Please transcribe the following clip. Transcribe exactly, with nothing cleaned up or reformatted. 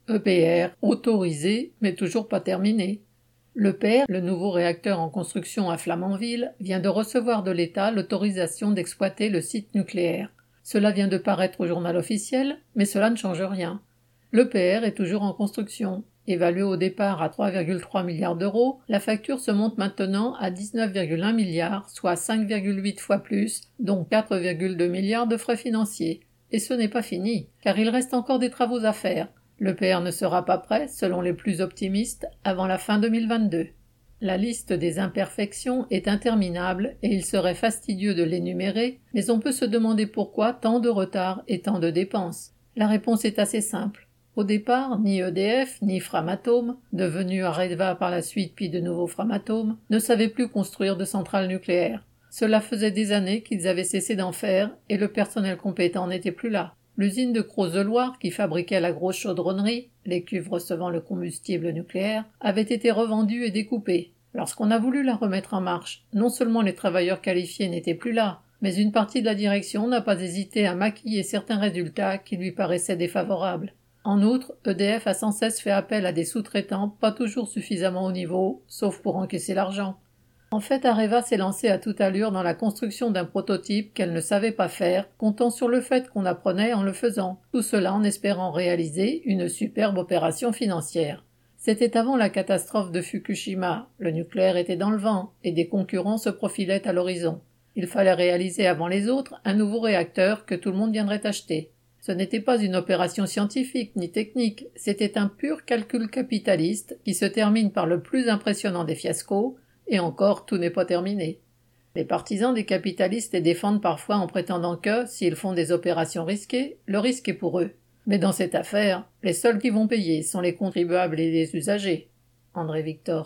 E P R autorisé mais toujours pas terminé. L'E P R, le nouveau réacteur en construction à Flamanville, vient de recevoir de l'État l'autorisation d'exploiter le site nucléaire. Cela vient de paraître au journal officiel, mais cela ne change rien. L'E P R est toujours en construction. Évaluée au départ à trois virgule trois milliards d'euros, la facture se monte maintenant à dix-neuf virgule un milliards, soit cinq virgule huit fois plus, dont quatre virgule deux milliards de frais financiers. Et ce n'est pas fini, car il reste encore des travaux à faire. L'E P R ne sera pas prêt, selon les plus optimistes, avant la fin deux mille vingt-deux. La liste des imperfections est interminable et il serait fastidieux de l'énumérer, mais on peut se demander pourquoi tant de retard et tant de dépenses. La réponse est assez simple. Au départ, ni E D F, ni Framatome, devenu Areva par la suite puis de nouveau Framatome, ne savaient plus construire de centrales nucléaires. Cela faisait des années qu'ils avaient cessé d'en faire et le personnel compétent n'était plus là. L'usine de Crozes-Loire, qui fabriquait la grosse chaudronnerie, les cuves recevant le combustible nucléaire, avait été revendue et découpée. Lorsqu'on a voulu la remettre en marche, non seulement les travailleurs qualifiés n'étaient plus là, mais une partie de la direction n'a pas hésité à maquiller certains résultats qui lui paraissaient défavorables. En outre, E D F a sans cesse fait appel à des sous-traitants pas toujours suffisamment au niveau, sauf pour encaisser l'argent. En fait, Areva s'est lancée à toute allure dans la construction d'un prototype qu'elle ne savait pas faire, comptant sur le fait qu'on apprenait en le faisant, tout cela en espérant réaliser une superbe opération financière. C'était avant la catastrophe de Fukushima, le nucléaire était dans le vent, et des concurrents se profilaient à l'horizon. Il fallait réaliser avant les autres un nouveau réacteur que tout le monde viendrait acheter. Ce n'était pas une opération scientifique ni technique, c'était un pur calcul capitaliste qui se termine par le plus impressionnant des fiascos, et encore tout n'est pas terminé. Les partisans des capitalistes les défendent parfois en prétendant que, s'ils font des opérations risquées, le risque est pour eux. Mais dans cette affaire, les seuls qui vont payer sont les contribuables et les usagers. André Victor.